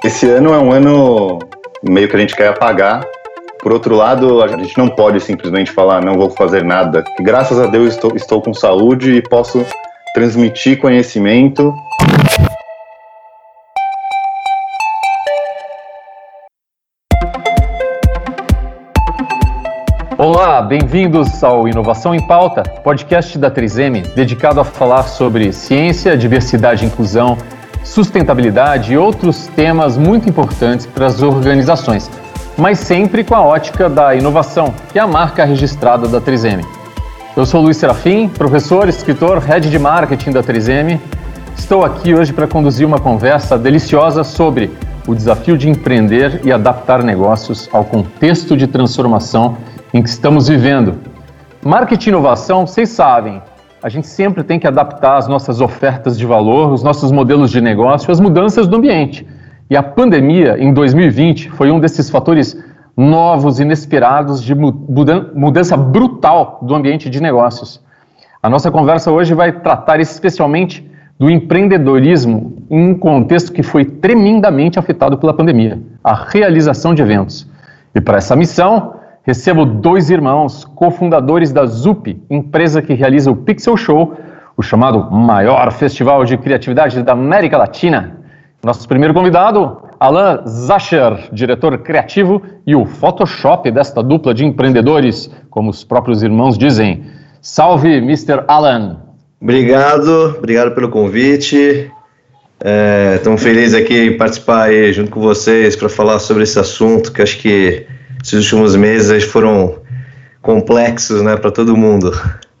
Esse ano é um ano meio que a gente quer apagar. Por outro lado, a gente não pode simplesmente falar, não vou fazer nada. Que graças a Deus estou com saúde e posso transmitir conhecimento. Olá, bem-vindos ao Inovação em Pauta, podcast da 3M, dedicado a falar sobre ciência, diversidade e inclusão, sustentabilidade e outros temas muito importantes para as organizações, mas sempre com a ótica da inovação, que é a marca registrada da 3M. Eu sou Luiz Serafim, professor, escritor, head de marketing da 3M. Estou aqui hoje para conduzir uma conversa deliciosa sobre o desafio de empreender e adaptar negócios ao contexto de transformação em que estamos vivendo. Marketing e inovação, vocês sabem, a gente sempre tem que adaptar as nossas ofertas de valor, os nossos modelos de negócio, às mudanças do ambiente. E a pandemia, em 2020, foi um desses fatores novos, inesperados, de mudança brutal do ambiente de negócios. A nossa conversa hoje vai tratar especialmente do empreendedorismo em um contexto que foi tremendamente afetado pela pandemia, a realização de eventos. E para essa missão, recebo dois irmãos, cofundadores da Zup, empresa que realiza o Pixel Show, o chamado maior festival de criatividade da América Latina. Nosso primeiro convidado, Alan Zacher, diretor criativo e o Photoshop desta dupla de empreendedores, como os próprios irmãos dizem. Salve, Mr. Alan. Obrigado pelo convite. Estamos felizes aqui em participar aí junto com vocês para falar sobre esse assunto, que acho que esses últimos meses foram complexos, né, para todo mundo.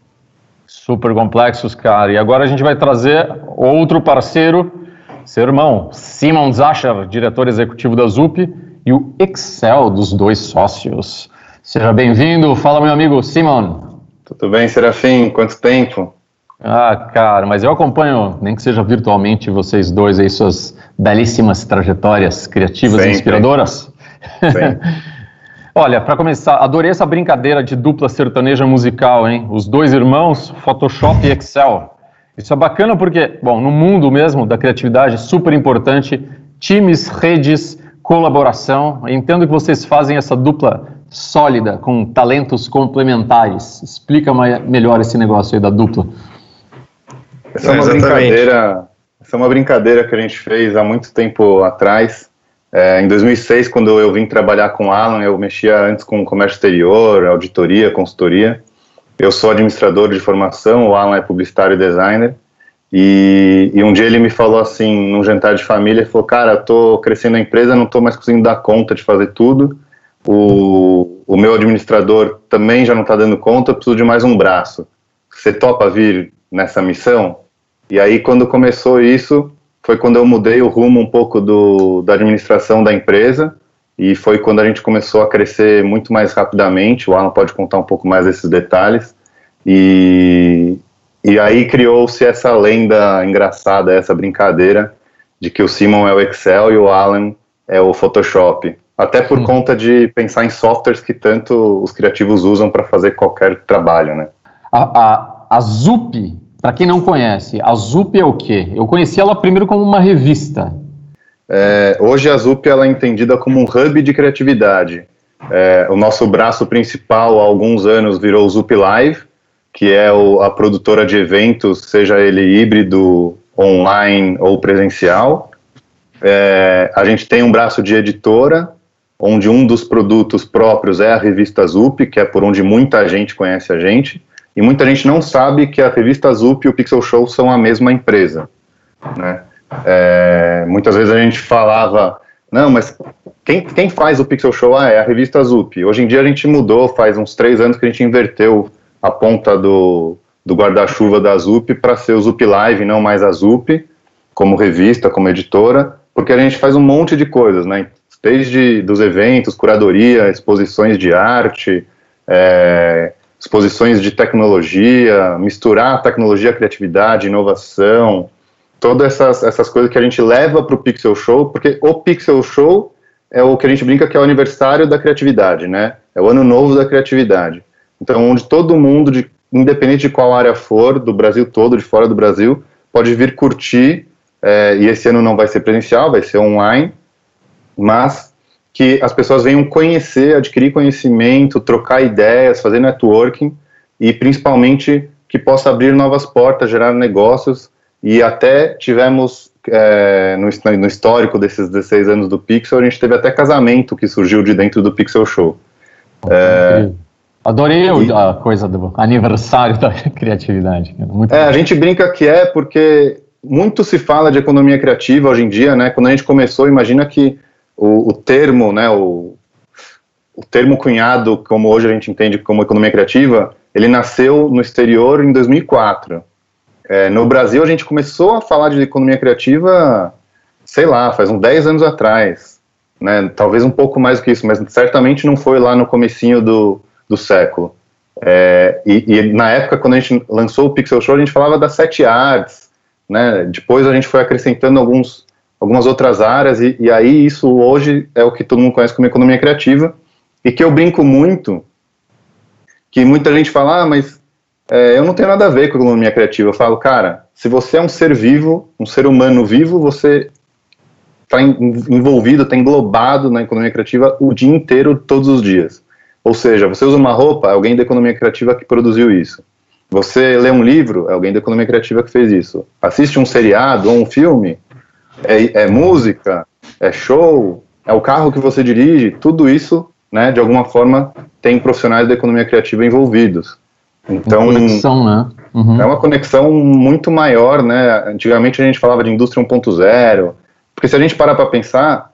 Super complexos, cara. E agora a gente vai trazer outro parceiro, seu irmão, Simon Zacher, diretor executivo da Zup, e o Excel dos dois sócios. Seja bem-vindo. Fala, meu amigo Simon. Tudo bem, Serafim? Quanto tempo? Cara, mas eu acompanho, nem que seja virtualmente, vocês dois aí, suas belíssimas trajetórias criativas e inspiradoras. Olha, para começar, adorei essa brincadeira de dupla sertaneja musical, hein? Os dois irmãos, Photoshop e Excel. Isso é bacana porque, bom, no mundo mesmo da criatividade, super importante, times, redes, colaboração. Eu entendo que vocês fazem essa dupla sólida, com talentos complementares. Explica melhor esse negócio aí da dupla. Essa é uma brincadeira que a gente fez há muito tempo atrás. Em 2006, quando eu vim trabalhar com o Alan, eu mexia antes com comércio exterior, auditoria, consultoria. Eu sou administrador de formação, o Alan é publicitário e designer. E um dia ele me falou assim, num jantar de família, ele falou, cara, eu tô crescendo a empresa, não tô mais conseguindo dar conta de fazer tudo. O meu administrador também já não tá dando conta, eu preciso de mais um braço. Você topa vir nessa missão? E aí, quando começou isso, foi quando eu mudei o rumo um pouco da administração da empresa, e foi quando a gente começou a crescer muito mais rapidamente. O Alan pode contar um pouco mais desses detalhes, e aí criou-se essa lenda engraçada, essa brincadeira de que o Simon é o Excel e o Alan é o Photoshop, até por conta de pensar em softwares que tanto os criativos usam para fazer qualquer trabalho, né? A Zup, para quem não conhece, a Zup é o quê? Eu conheci ela primeiro como uma revista. Hoje a Zup ela é entendida como um hub de criatividade. O nosso braço principal há alguns anos virou o Zup Live, que é a produtora de eventos, seja ele híbrido, online ou presencial. A gente tem um braço de editora, onde um dos produtos próprios é a revista Zup, que é por onde muita gente conhece a gente. E muita gente não sabe que a revista Zup e o Pixel Show são a mesma empresa, né? Muitas vezes a gente falava, não, mas quem faz o Pixel Show? É a revista Zup. Hoje em dia a gente mudou, faz uns 3 anos que a gente inverteu a ponta do guarda-chuva da Zup para ser o Zup Live, não mais a Zup, como revista, como editora, porque a gente faz um monte de coisas, né? Desde dos eventos, curadoria, exposições de arte, exposições de tecnologia, misturar tecnologia, criatividade, inovação, todas essas coisas que a gente leva para o Pixel Show, porque o Pixel Show é o que a gente brinca que é o aniversário da criatividade, né? É o ano novo da criatividade. Então, onde todo mundo, independente de qual área for, do Brasil todo, de fora do Brasil, pode vir curtir, e esse ano não vai ser presencial, vai ser online, mas que as pessoas venham conhecer, adquirir conhecimento, trocar ideias, fazer networking e principalmente que possa abrir novas portas, gerar negócios. E até tivemos, no histórico desses 16 anos do Pixel, a gente teve até casamento que surgiu de dentro do Pixel Show. Adorei a coisa do aniversário da criatividade. Muito a gente brinca que porque muito se fala de economia criativa hoje em dia, né? Quando a gente começou, imagina que o termo, né, o termo cunhado, como hoje a gente entende como economia criativa, ele nasceu no exterior em 2004. No Brasil, a gente começou a falar de economia criativa, sei lá, faz uns 10 anos atrás, né? Talvez um pouco mais do que isso, mas certamente não foi lá no comecinho do século. E na época, quando a gente lançou o Pixel Show, a gente falava das 7 artes, né? Depois a gente foi acrescentando algumas outras áreas, e aí isso hoje é o que todo mundo conhece como economia criativa, e que eu brinco muito, que muita gente fala, mas eu não tenho nada a ver com economia criativa. Eu falo, cara, se você é um ser vivo, um ser humano vivo, você está envolvido, está englobado na economia criativa o dia inteiro, todos os dias. Ou seja, você usa uma roupa, é alguém da economia criativa que produziu isso. Você lê um livro, é alguém da economia criativa que fez isso. Assiste um seriado ou um filme, é música, é show, é o carro que você dirige, tudo isso, né, de alguma forma, tem profissionais da economia criativa envolvidos. Então, uma conexão, né? É uma conexão muito maior, né? Antigamente a gente falava de indústria 1.0, porque se a gente parar para pensar,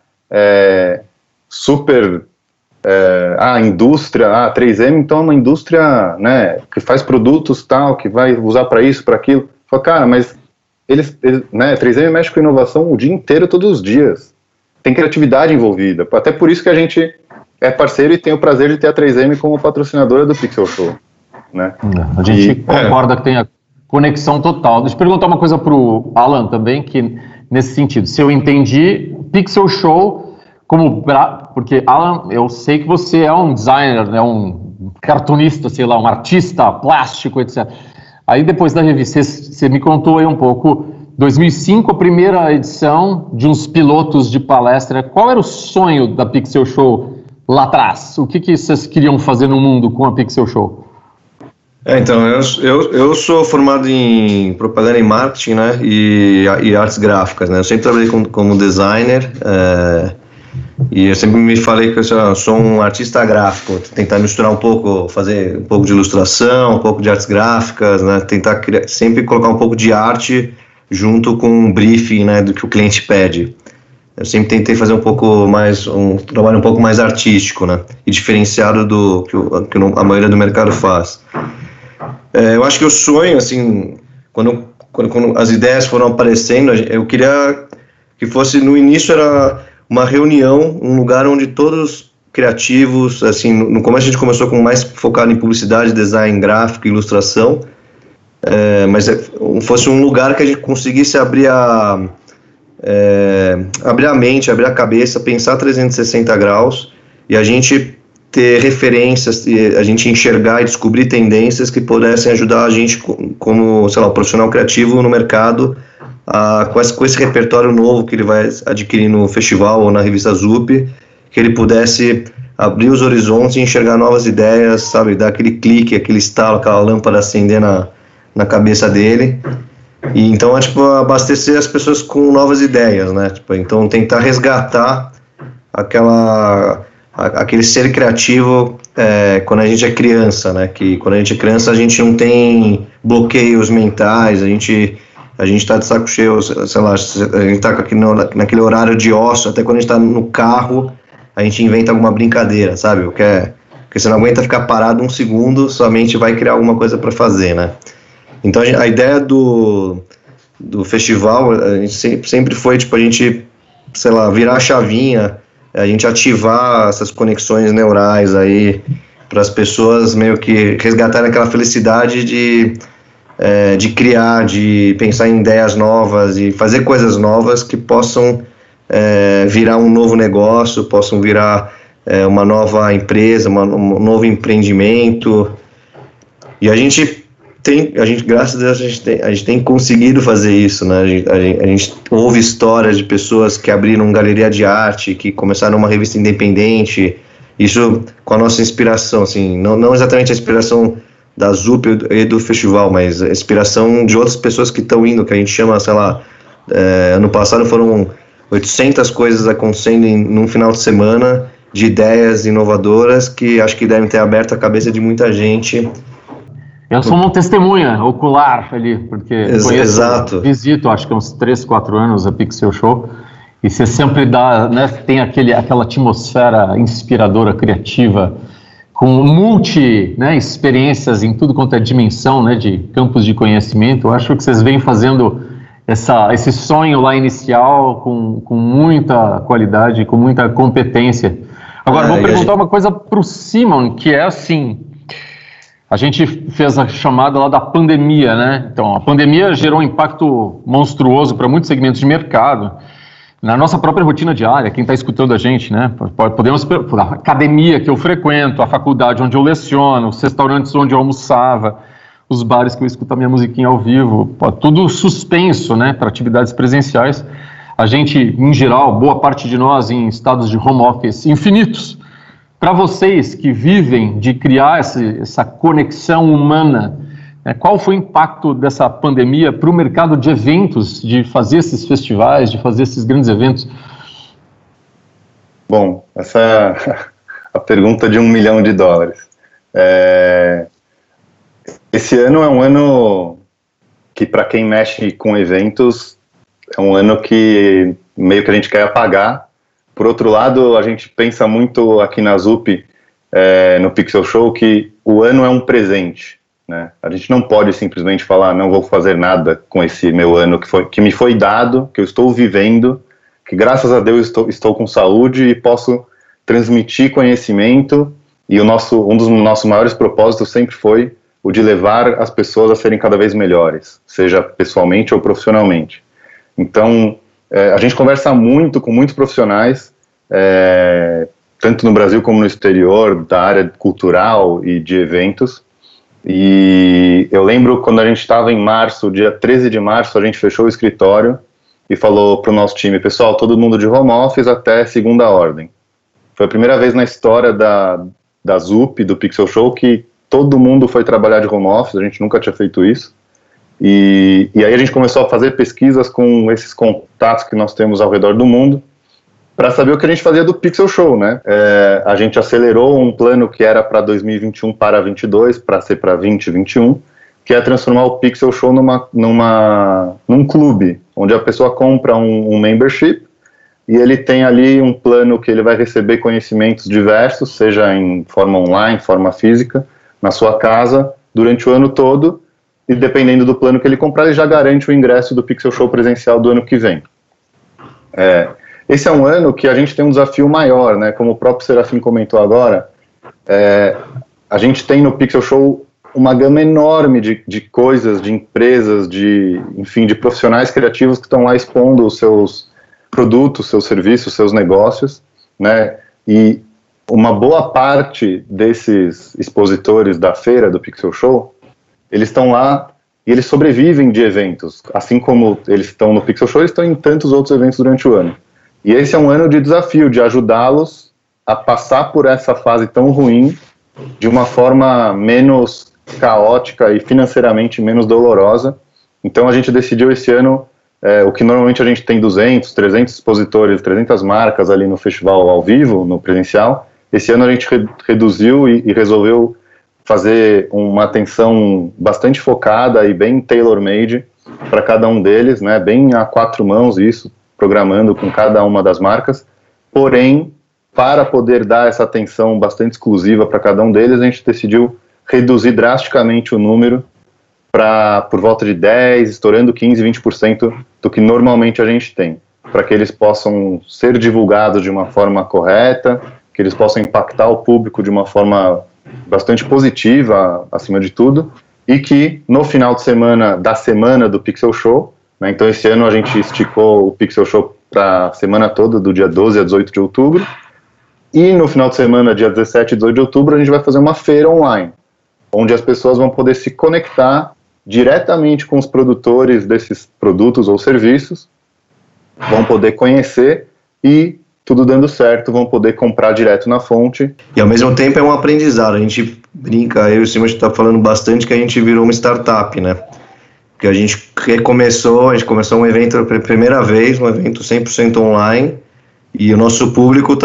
indústria, 3M, então é uma indústria, né, que faz produtos tal, que vai usar para isso, para aquilo. Fala, cara, mas eles, né, 3M mexe com inovação o dia inteiro, todos os dias. Tem criatividade envolvida. Até por isso que a gente é parceiro e tem o prazer de ter a 3M como patrocinadora do Pixel Show. Né? A gente concorda que tem a conexão total. Deixa eu perguntar uma coisa para o Alan também, que nesse sentido, se eu entendi, Pixel Show porque Alan, eu sei que você é um designer, né, um cartunista, sei lá, um artista plástico, etc. Aí depois da revista, você me contou aí um pouco, 2005, a primeira edição de uns pilotos de palestra. Qual era o sonho da Pixel Show lá atrás? O que vocês queriam fazer no mundo com a Pixel Show? Então, eu sou formado em propaganda e marketing, né, e artes gráficas, né, eu sempre trabalhei como designer, e eu sempre me falei que eu sou um artista gráfico, tentar misturar um pouco, fazer um pouco de ilustração, um pouco de artes gráficas, né, tentar sempre colocar um pouco de arte junto com um briefing, né, do que o cliente pede. Eu sempre tentei fazer um trabalho um pouco mais artístico, né, e diferenciado do que a maioria do mercado faz. Eu acho que o sonho, assim, quando as ideias foram aparecendo, eu queria que fosse, no início era uma reunião, um lugar onde todos criativos, assim, no começo a gente começou com mais focado em publicidade, design gráfico, ilustração, mas fosse um lugar que a gente conseguisse abrir a mente, abrir a cabeça, pensar 360 graus e a gente ter referências, a gente enxergar e descobrir tendências que pudessem ajudar a gente como, sei lá, profissional criativo no mercado, com esse repertório novo que ele vai adquirir no festival ou na revista Zup, que ele pudesse abrir os horizontes e enxergar novas ideias, sabe, dar aquele clique, aquele estalo, aquela lâmpada acender na cabeça dele, e então abastecer as pessoas com novas ideias, né, então tentar resgatar aquele ser criativo quando a gente é criança, né? Que quando a gente é criança a gente não tem bloqueios mentais, a gente está de saco cheio, sei lá, a gente está naquele horário de ócio, até quando a gente está no carro, a gente inventa alguma brincadeira, sabe? Porque você não aguenta ficar parado um segundo, sua mente vai criar alguma coisa para fazer, né? Então a ideia do festival, a gente sempre foi, a gente, sei lá, virar a chavinha, a gente ativar essas conexões neurais aí para as pessoas meio que resgatarem aquela felicidade de criar, de pensar em ideias novas e fazer coisas novas que possam virar um novo negócio, possam virar uma nova empresa, um novo empreendimento. E a gente graças a Deus, a gente tem conseguido fazer isso, né? A gente ouve histórias de pessoas que abriram galeria de arte, que começaram uma revista independente, isso com a nossa inspiração, assim, não exatamente a inspiração da ZUP e do festival, mas a inspiração de outras pessoas que estão indo, que a gente chama, sei lá, ano passado foram 800 coisas acontecendo num final de semana, de ideias inovadoras que acho que devem ter aberto a cabeça de muita gente. Eu sou uma testemunha ocular ali, porque Exato. Visito, acho que uns 3, 4 anos a Pixel Show, e você sempre dá, né, tem aquela atmosfera inspiradora, criativa, com experiências em tudo quanto é dimensão, né, de campos de conhecimento. Eu acho que vocês vêm fazendo esse sonho lá inicial com muita qualidade, com muita competência. Agora, vou perguntar uma coisa para o Simon, que é assim... A gente fez a chamada lá da pandemia, né? Então, a pandemia gerou um impacto monstruoso para muitos segmentos de mercado. Na nossa própria rotina diária, quem está escutando a gente, né? Podemos a academia que eu frequento, a faculdade onde eu leciono, os restaurantes onde eu almoçava, os bares que eu escuto a minha musiquinha ao vivo, tudo suspenso, né? Para atividades presenciais. A gente, em geral, boa parte de nós em estados de home office infinitos. Para vocês que vivem de criar essa conexão humana, qual foi o impacto dessa pandemia para o mercado de eventos, de fazer esses festivais, de fazer esses grandes eventos? Bom, essa é a pergunta de $1 milhão. Esse ano é um ano que, para quem mexe com eventos, é um ano que meio que a gente quer apagar. Por outro lado, a gente pensa muito aqui na ZUP, no Pixel Show, que o ano é um presente, né? A gente não pode simplesmente falar, não vou fazer nada com esse meu ano que me foi dado, que eu estou vivendo, que graças a Deus estou com saúde e posso transmitir conhecimento, e um dos nossos maiores propósitos sempre foi o de levar as pessoas a serem cada vez melhores, seja pessoalmente ou profissionalmente. Então, a gente conversa muito com muitos profissionais, tanto no Brasil como no exterior, da área cultural e de eventos. E eu lembro quando a gente estava em março, dia 13 de março, a gente fechou o escritório e falou para o nosso time, pessoal, todo mundo de home office até segunda ordem. Foi a primeira vez na história da ZUP, do Pixel Show, que todo mundo foi trabalhar de home office, a gente nunca tinha feito isso. E aí a gente começou a fazer pesquisas com esses contatos que nós temos ao redor do mundo para saber o que a gente fazia do Pixel Show, né? A gente acelerou um plano que era para 2021 para 2022, para ser para 2021, que é transformar o Pixel Show num clube, onde a pessoa compra um membership e ele tem ali um plano que ele vai receber conhecimentos diversos, seja em forma online, forma física, na sua casa, durante o ano todo. E dependendo do plano que ele comprar, ele já garante o ingresso do Pixel Show presencial do ano que vem. Esse é um ano que a gente tem um desafio maior, né? Como o próprio Serafim comentou agora, a gente tem no Pixel Show uma gama enorme de coisas, de empresas, de profissionais criativos que estão lá expondo os seus produtos, seus serviços, seus negócios, né? E uma boa parte desses expositores da feira do Pixel Show, eles estão lá e eles sobrevivem de eventos. Assim como eles estão no Pixel Show, eles estão em tantos outros eventos durante o ano. E esse é um ano de desafio, de ajudá-los a passar por essa fase tão ruim de uma forma menos caótica e financeiramente menos dolorosa. Então a gente decidiu esse ano, o que normalmente a gente tem 200, 300 expositores, 300 marcas ali no festival ao vivo, no presencial. Esse ano a gente reduziu e resolveu fazer uma atenção bastante focada e bem tailor-made para cada um deles, né, bem a 4 mãos isso, programando com cada uma das marcas. Porém, para poder dar essa atenção bastante exclusiva para cada um deles, a gente decidiu reduzir drasticamente o número para por volta de 10%, estourando 15%, 20% do que normalmente a gente tem, para que eles possam ser divulgados de uma forma correta, que eles possam impactar o público de uma forma bastante positiva, acima de tudo, e que no final de semana, da semana do Pixel Show, né, então esse ano a gente esticou o Pixel Show para a semana toda, do dia 12 a 18 de outubro, e no final de semana, dia 17 e 18 de outubro, a gente vai fazer uma feira online, onde as pessoas vão poder se conectar diretamente com os produtores desses produtos ou serviços, vão poder conhecer e, tudo dando certo, vão poder comprar direto na fonte. E ao mesmo tempo é um aprendizado. A gente brinca, eu e o Simon está falando bastante que a gente virou uma startup, né? Que a gente começou um evento pela primeira vez, um evento 100% online, e o nosso público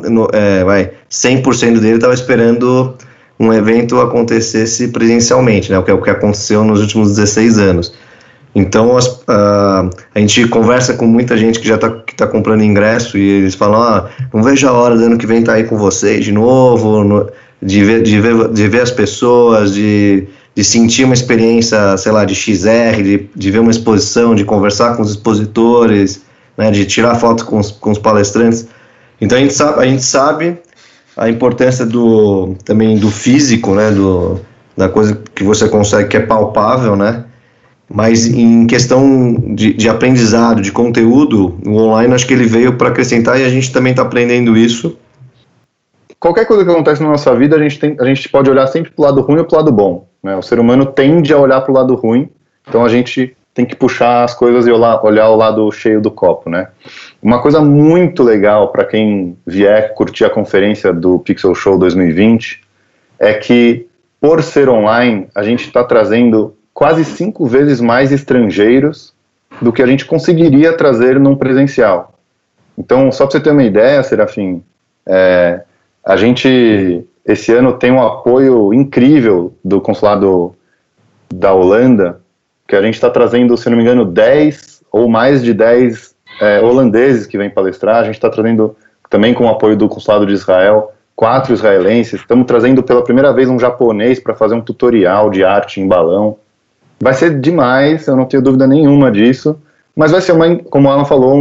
100% dele estava esperando um evento acontecesse presencialmente, né? O que aconteceu nos últimos 16 anos. Então a gente conversa com muita gente que já tá comprando ingresso e eles falam, não vejo a hora do ano que vem estar aí com vocês de novo, de ver as pessoas, de sentir uma experiência, sei lá, de XR, de ver uma exposição, de conversar com os expositores, né, de tirar fotos com os palestrantes. Então a gente sabe a importância também do físico, né, da coisa que você consegue, que é palpável, né? Mas em questão de aprendizado, de conteúdo, o online acho que ele veio para acrescentar e a gente também está aprendendo isso. Qualquer coisa que acontece na nossa vida, a gente pode olhar sempre para o lado ruim ou para o lado bom, né? O ser humano tende a olhar para o lado ruim, então a gente tem que puxar as coisas e olhar o lado cheio do copo, né? Uma coisa muito legal para quem vier curtir a conferência do Pixel Show 2020 é que, por ser online, a gente está trazendo quase 5 vezes mais estrangeiros do que a gente conseguiria trazer num presencial. Então, só para você ter uma ideia, Serafim, a gente, esse ano, tem um apoio incrível do consulado da Holanda, que a gente está trazendo, se não me engano, 10 ou mais de 10 holandeses que vêm palestrar. A gente está trazendo, também com o apoio do consulado de Israel, 4 israelenses. Estamos trazendo pela primeira vez um japonês para fazer um tutorial de arte em balão. Vai ser demais, eu não tenho dúvida nenhuma disso, mas vai ser, como o Alan falou,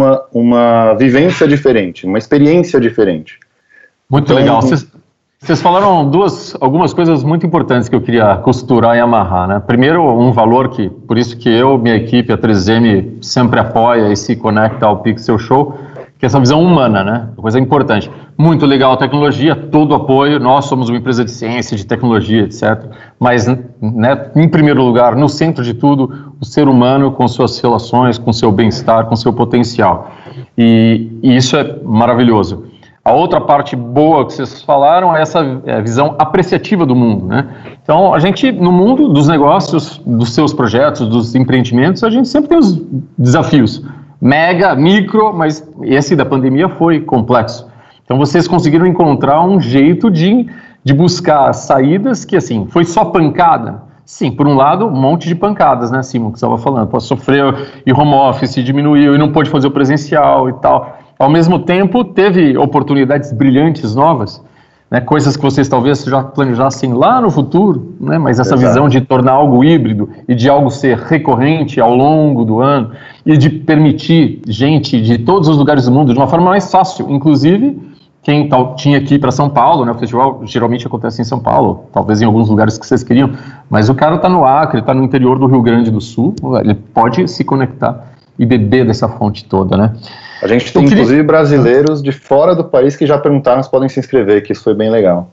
uma vivência diferente, uma experiência diferente. Muito legal. Vocês falaram algumas coisas muito importantes que eu queria costurar e amarrar, né? Primeiro, um valor que, por isso que minha equipe, a 3M, sempre apoia e se conecta ao Pixel Show, que é essa visão humana, né? Uma coisa importante. Muito legal a tecnologia, todo apoio, nós somos uma empresa de ciência, de tecnologia, etc. Mas, né, em primeiro lugar, no centro de tudo, o ser humano com suas relações, com seu bem-estar, com seu potencial. E isso é maravilhoso. A outra parte boa que vocês falaram é essa visão apreciativa do mundo, né? Então, a gente, no mundo dos negócios, dos seus projetos, dos empreendimentos, a gente sempre tem os desafios. Mega, micro, mas esse da pandemia foi complexo. Então, vocês conseguiram encontrar um jeito de buscar saídas que, assim, foi só pancada? Sim, por um lado, um monte de pancadas, né, Simon, que você estava falando. Sofreu e home office, diminuiu e não pôde fazer o presencial e tal. Ao mesmo tempo, teve oportunidades brilhantes novas, né, coisas que vocês talvez já planejassem lá no futuro, né, mas essa visão de tornar algo híbrido e de algo ser recorrente ao longo do ano e de permitir gente de todos os lugares do mundo de uma forma mais fácil, inclusive quem tinha que ir para São Paulo, né, o festival geralmente acontece em São Paulo, talvez em alguns lugares que vocês queriam, mas o cara está no Acre, está no interior do Rio Grande do Sul, ele pode se conectar e beber dessa fonte toda, né? A gente tem, inclusive, brasileiros de fora do país que já perguntaram se podem se inscrever, que isso foi bem legal.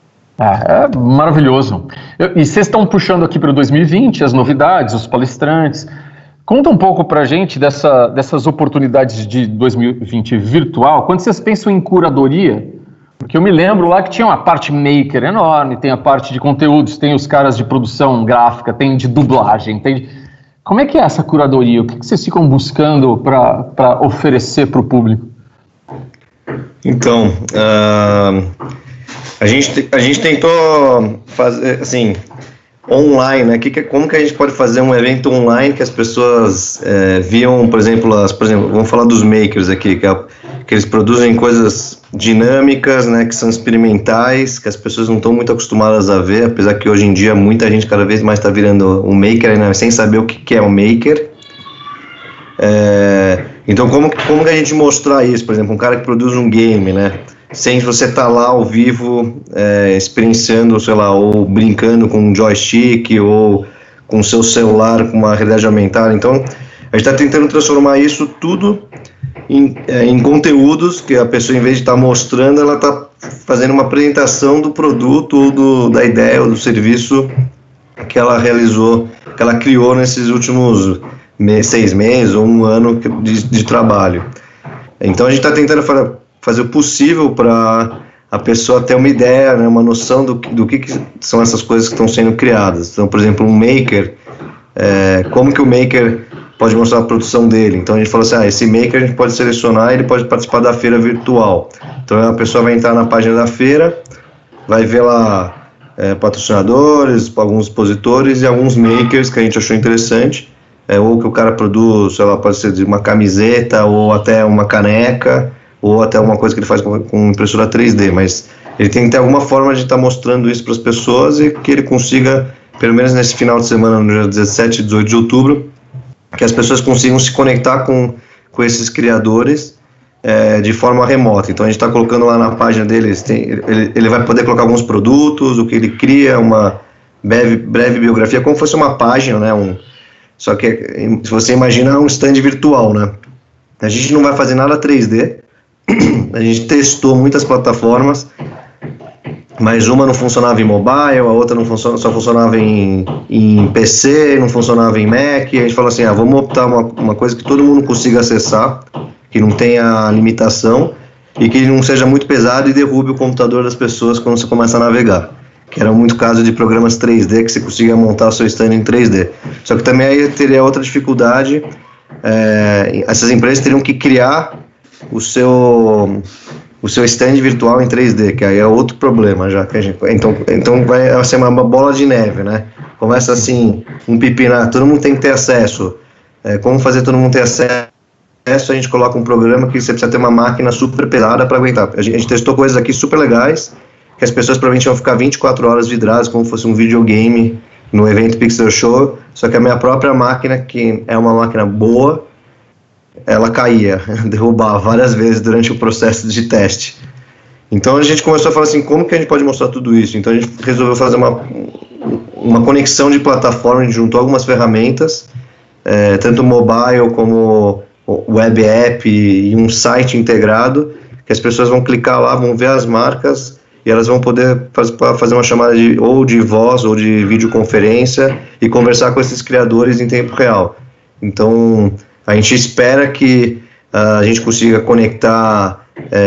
É maravilhoso. E vocês estão puxando aqui para o 2020, as novidades, os palestrantes. Conta um pouco para a gente dessas oportunidades de 2020 virtual. Quando vocês pensam em curadoria, porque eu me lembro lá que tinha uma parte maker enorme, tem a parte de conteúdos, tem os caras de produção gráfica, tem de dublagem, tem... Como é que é essa curadoria? O que vocês ficam buscando para oferecer para o público? Então, a gente tentou fazer, assim, online, né? Como que a gente pode fazer um evento online que as pessoas viam, por exemplo, vamos falar dos makers aqui, que eles produzem coisas dinâmicas, né, que são experimentais, que as pessoas não estão muito acostumadas a ver, apesar que hoje em dia muita gente cada vez mais está virando um maker, né, sem saber o que é um maker. Então, como que a gente mostrar isso? Por exemplo, um cara que produz um game, né, sem você estar lá ao vivo, experienciando, sei lá, ou brincando com um joystick, ou com o seu celular, com uma realidade aumentada. Então, a gente está tentando transformar isso tudo em conteúdos que a pessoa, em vez de estar mostrando, ela está fazendo uma apresentação do produto, ou da ideia, ou do serviço que ela realizou que ela criou nesses últimos 6 meses ou 1 ano de trabalho. Então a gente está tentando fazer o possível para a pessoa ter uma ideia, né, uma noção do que são essas coisas que estão sendo criadas. Então, por exemplo, um maker, como que o maker pode mostrar a produção dele. Então a gente falou assim, esse maker a gente pode selecionar, ele pode participar da feira virtual. Então a pessoa vai entrar na página da feira, vai ver lá patrocinadores, alguns expositores e alguns makers que a gente achou interessante, ou que o cara produz, sei lá, pode ser de uma camiseta, ou até uma caneca, ou até uma coisa que ele faz com impressora 3D, mas ele tem que ter alguma forma de estar mostrando isso para as pessoas e que ele consiga, pelo menos nesse final de semana, no dia 17 e 18 de outubro, que as pessoas consigam se conectar com esses criadores de forma remota. Então a gente está colocando lá na página deles, ele vai poder colocar alguns produtos, o que ele cria, uma breve biografia, como se fosse uma página, né? Só que se você imagina um stand virtual, né? A gente não vai fazer nada 3D, a gente testou muitas plataformas, mas uma não funcionava em mobile, a outra só funcionava em PC, não funcionava em Mac, e a gente falou assim, vamos optar uma coisa que todo mundo consiga acessar, que não tenha limitação, e que não seja muito pesado e derrube o computador das pessoas quando você começa a navegar, que era muito caso de programas 3D, que você consiga montar o seu stand em 3D. Só que também aí teria outra dificuldade, essas empresas teriam que criar o seu stand virtual em 3D, que aí é outro problema já que a gente, então vai ser uma bola de neve, né? Começa assim, um pepino, todo mundo tem que ter acesso. Como fazer todo mundo ter acesso? A gente coloca um programa que você precisa ter uma máquina super pesada para aguentar. A gente testou coisas aqui super legais, que as pessoas provavelmente vão ficar 24 horas vidradas, como se fosse um videogame no evento Pixel Show, só que a minha própria máquina, que é uma máquina boa, ela caía, derrubava várias vezes durante o processo de teste. Então a gente começou a falar assim, como que a gente pode mostrar tudo isso? Então a gente resolveu fazer uma conexão de plataforma, a gente juntou algumas ferramentas, tanto mobile como web app e um site integrado, que as pessoas vão clicar lá, vão ver as marcas e elas vão poder fazer uma chamada ou de voz ou de videoconferência e conversar com esses criadores em tempo real. Então a gente espera que a gente consiga conectar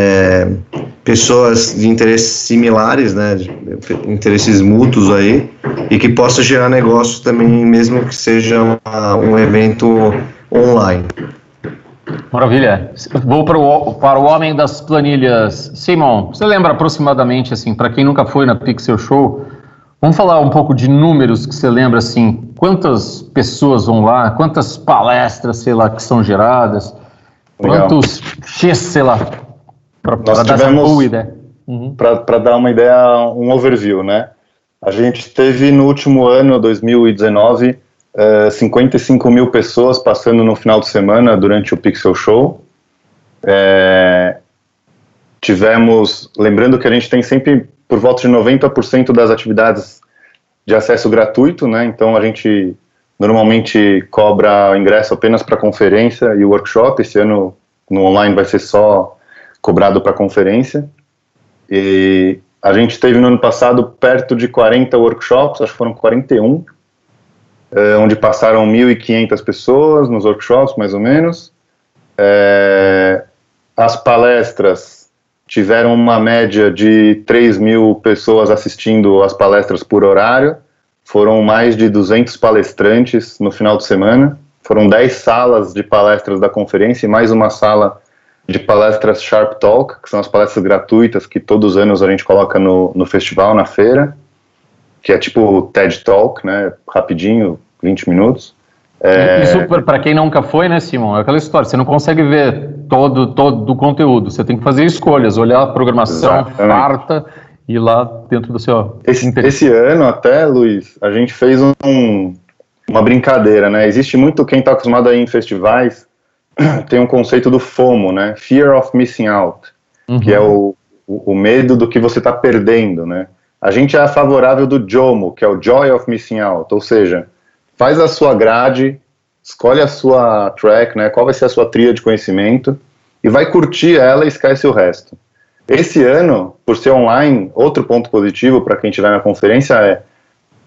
pessoas de interesses similares, né, de interesses mútuos aí, e que possa gerar negócios também, mesmo que seja um evento online. Maravilha. Vou para o homem das planilhas. Simon, você lembra aproximadamente, assim, para quem nunca foi na Pixel Show, vamos falar um pouco de números que você lembra, assim, quantas pessoas vão lá, quantas palestras, sei lá, que são geradas, quantos X, sei lá, para dar essa boa ideia. Para dar uma ideia, um overview, né? A gente teve no último ano, 2019, 55 mil pessoas passando no final de semana durante o Pixel Show. Tivemos, lembrando que a gente tem sempre por volta de 90% das atividades de acesso gratuito, né? Então a gente normalmente cobra ingresso apenas para conferência e workshop. Esse ano no online vai ser só cobrado para conferência. E a gente teve no ano passado perto de 40 workshops, acho que foram 41, onde passaram 1.500 pessoas nos workshops, mais ou menos. As palestras tiveram uma média de 3.000 pessoas assistindo as palestras por horário. Foram mais de 200 palestrantes no final de semana. Foram 10 salas de palestras da conferência e mais uma sala de palestras Sharp Talk, que são as palestras gratuitas que todos os anos a gente coloca no festival, na feira, que é tipo TED Talk, né, rapidinho, 20 minutos. Isso, para quem nunca foi, né, Simon, é aquela história, você não consegue ver todo o conteúdo, você tem que fazer escolhas, olhar a programação farta e ir lá dentro do seu Esse ano até, Luiz, a gente fez uma brincadeira, né, existe muito, quem está acostumado a ir em festivais, tem um conceito do FOMO, né, Fear of Missing Out, que é o medo do que você está perdendo, né. A gente é favorável do JOMO, que é o Joy of Missing Out, ou seja, faz a sua grade, escolhe a sua track, né, qual vai ser a sua trilha de conhecimento, e vai curtir ela e esquece o resto. Esse ano, por ser online, outro ponto positivo para quem estiver na conferência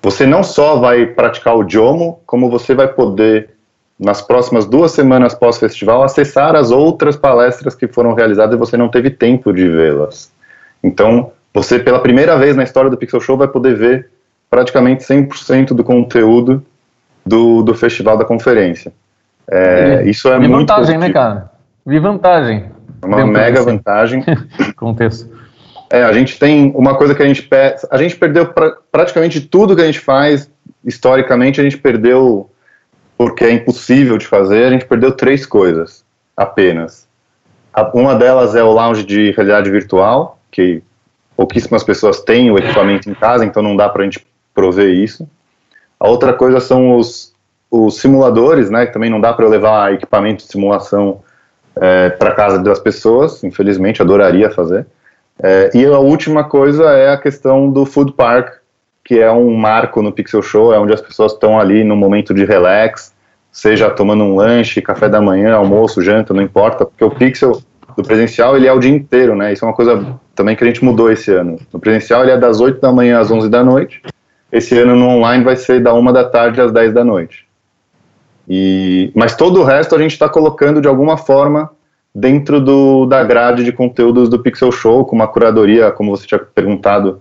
você não só vai praticar o JOMO, como você vai poder, nas próximas 2 semanas pós-festival, acessar as outras palestras que foram realizadas e você não teve tempo de vê-las. Então, você, pela primeira vez na história do Pixel Show, vai poder ver praticamente 100% do conteúdo do festival, da conferência. Isso é muito vantagem, positivo, né, cara? Vi vantagem. Uma mega vantagem. Contexto. A gente tem uma coisa que a gente perdeu praticamente tudo que a gente faz, historicamente, a gente perdeu porque é impossível de fazer, a gente perdeu 3 coisas, apenas. Uma delas é o lounge de realidade virtual, que pouquíssimas pessoas têm o equipamento em casa, então não dá para a gente prover isso. A outra coisa são os simuladores, né, que também não dá para eu levar equipamento de simulação para casa das pessoas, infelizmente, adoraria fazer. E a última coisa é a questão do Food Park, que é um marco no Pixel Show, é onde as pessoas estão ali no momento de relax, seja tomando um lanche, café da manhã, almoço, janta, não importa, porque o Pixel do presencial, ele é o dia inteiro, né? Isso é uma coisa também que a gente mudou esse ano. No presencial, ele é das 8 da manhã às 11 da noite, esse ano no online vai ser da 1 da tarde às 10 da noite. Mas todo o resto a gente está colocando de alguma forma dentro da grade de conteúdos do Pixel Show, com uma curadoria, como você tinha perguntado,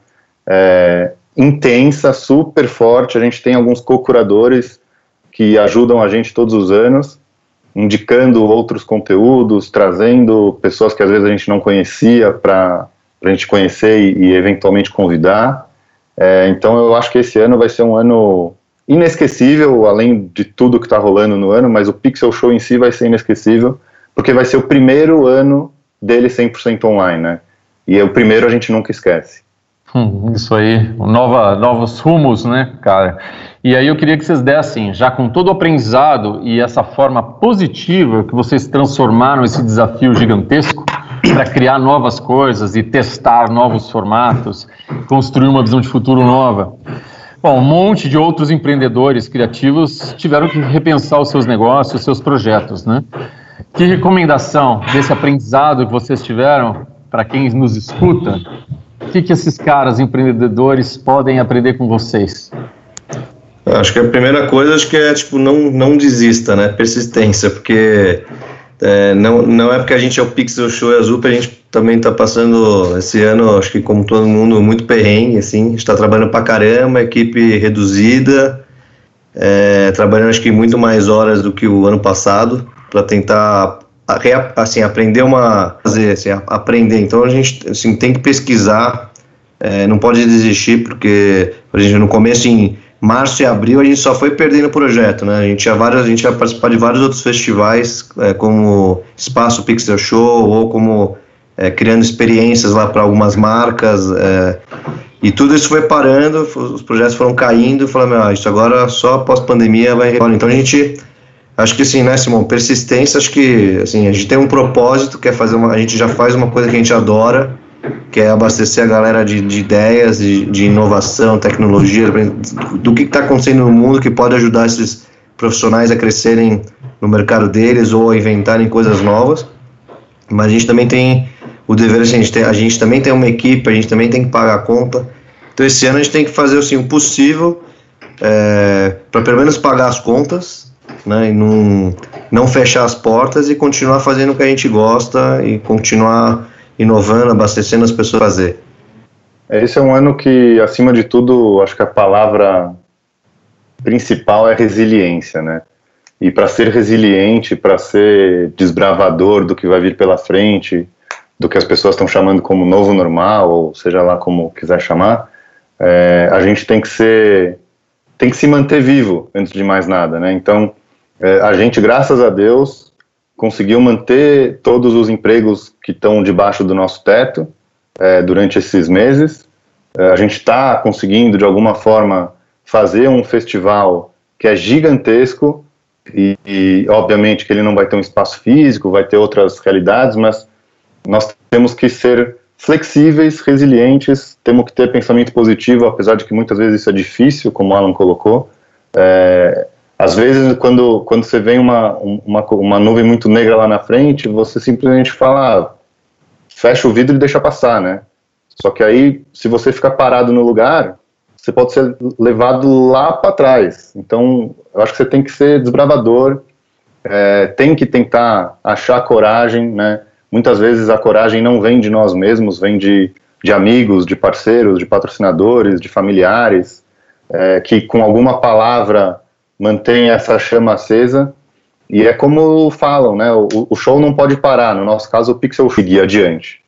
intensa, super forte. A gente tem alguns co-curadores que ajudam a gente todos os anos, indicando outros conteúdos, trazendo pessoas que às vezes a gente não conhecia para a gente conhecer e eventualmente convidar. Então eu acho que esse ano vai ser um ano inesquecível, além de tudo que está rolando no ano, mas o Pixel Show em si vai ser inesquecível, porque vai ser o primeiro ano dele 100% online, né? E o primeiro a gente nunca esquece. Isso aí, novos rumos, né, cara? E aí eu queria que vocês dessem, já com todo o aprendizado e essa forma positiva que vocês transformaram esse desafio gigantesco para criar novas coisas e testar novos formatos, construir uma visão de futuro nova. Bom, um monte de outros empreendedores criativos tiveram que repensar os seus negócios, os seus projetos, né? Que recomendação desse aprendizado que vocês tiveram para quem nos escuta? O que esses caras empreendedores podem aprender com vocês? Acho que a primeira coisa é tipo, não desista, né? Persistência, porque não é porque a gente é o Pixel Show e a Zup, a gente também está passando esse ano, acho que como todo mundo, muito perrengue, assim. A gente está trabalhando pra caramba, equipe reduzida, trabalhando acho que muito mais horas do que o ano passado, para tentar assim, aprender. Então a gente assim, tem que pesquisar, não pode desistir, porque a gente no começo, em março e abril, a gente só foi perdendo projeto, né? A gente ia participar de vários outros festivais, como Espaço Pixel Show, ou como criando experiências lá para algumas marcas, e tudo isso foi parando, os projetos foram caindo, e falamos, isso agora só após pandemia vai retornar. Então a gente, acho que assim, né, Simão, persistência, acho que assim, a gente tem um propósito, que é a gente já faz uma coisa que a gente adora, que é abastecer a galera de ideias, de inovação, tecnologia, do que está acontecendo no mundo que pode ajudar esses profissionais a crescerem no mercado deles ou a inventarem coisas novas. Mas a gente também tem o dever, assim, a gente também tem uma equipe, a gente também tem que pagar a conta. Então esse ano a gente tem que fazer assim, o possível para pelo menos pagar as contas, né, e não fechar as portas e continuar fazendo o que a gente gosta e continuar inovando, abastecendo as pessoas a fazer. Esse é um ano que, acima de tudo, acho que a palavra principal é resiliência, né? E para ser resiliente, para ser desbravador do que vai vir pela frente, do que as pessoas estão chamando como novo normal, ou seja lá como quiser chamar, a gente tem que se manter vivo, antes de mais nada, né? Então, a gente, graças a Deus, conseguiu manter todos os empregos que estão debaixo do nosso teto durante esses meses. A gente está conseguindo, de alguma forma, fazer um festival que é gigantesco e, obviamente, que ele não vai ter um espaço físico, vai ter outras realidades, mas nós temos que ser flexíveis, resilientes, temos que ter pensamento positivo, apesar de que muitas vezes isso é difícil, como o Alan colocou. Às vezes, quando você vê uma nuvem muito negra lá na frente, você simplesmente fala, fecha o vidro e deixa passar, né? Só que aí, se você ficar parado no lugar, você pode ser levado lá para trás. Então, eu acho que você tem que ser desbravador, tem que tentar achar coragem, né? Muitas vezes a coragem não vem de nós mesmos, vem de amigos, de parceiros, de patrocinadores, de familiares, que com alguma palavra mantém essa chama acesa. E é como falam, né? O show não pode parar. No nosso caso, o Pixel Show seguir adiante.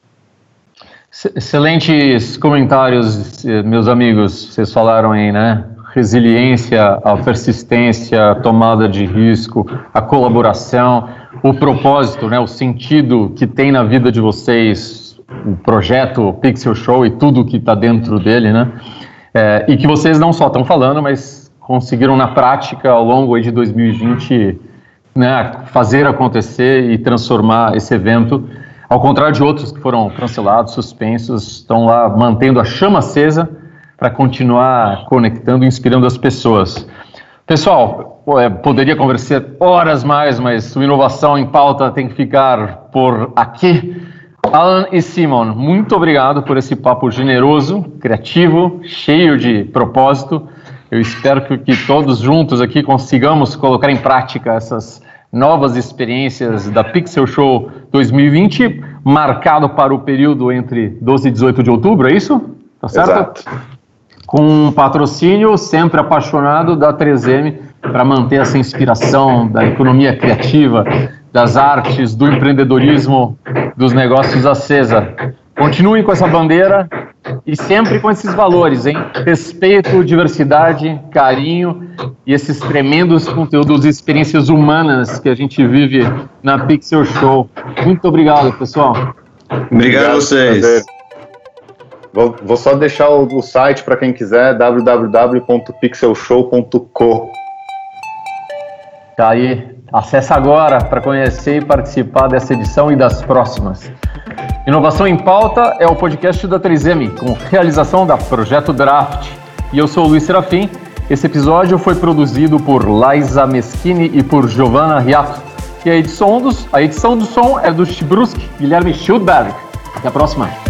Excelentes comentários, meus amigos. Vocês falaram aí, né? Resiliência, a persistência, a tomada de risco, a colaboração, o propósito, né? O sentido que tem na vida de vocês, o projeto Pixel Show e tudo que está dentro dele, né? E que vocês não só estão falando, mas conseguiram na prática ao longo aí de 2020, né, fazer acontecer e transformar esse evento. Ao contrário de outros que foram cancelados, suspensos, estão lá mantendo a chama acesa para continuar conectando e inspirando as pessoas. Pessoal, poderia conversar horas mais, mas o Inovação em Pauta tem que ficar por aqui. Alan e Simon, muito obrigado por esse papo generoso, criativo, cheio de propósito. Eu espero que todos juntos aqui consigamos colocar em prática essas novas experiências da Pixel Show 2020, marcado para o período entre 12 e 18 de outubro, é isso? Tá certo? Exato. Com um patrocínio sempre apaixonado da 3M para manter essa inspiração da economia criativa, das artes, do empreendedorismo, dos negócios acesa. Continuem com essa bandeira e sempre com esses valores, hein? Respeito, diversidade, carinho e esses tremendos conteúdos e experiências humanas que a gente vive na Pixel Show. Muito obrigado, pessoal. Obrigado a vocês. Vou só deixar o site para quem quiser, www.pixelshow.co. Tá aí, acesse agora para conhecer e participar dessa edição e das próximas. Inovação em Pauta é o podcast da 3M, com realização da Projeto Draft. E eu sou o Luiz Serafim. Esse episódio foi produzido por Laisa Meschini e por Giovanna Riato. E a edição do som é do Chibruski, Guilherme Schildberg. Até a próxima.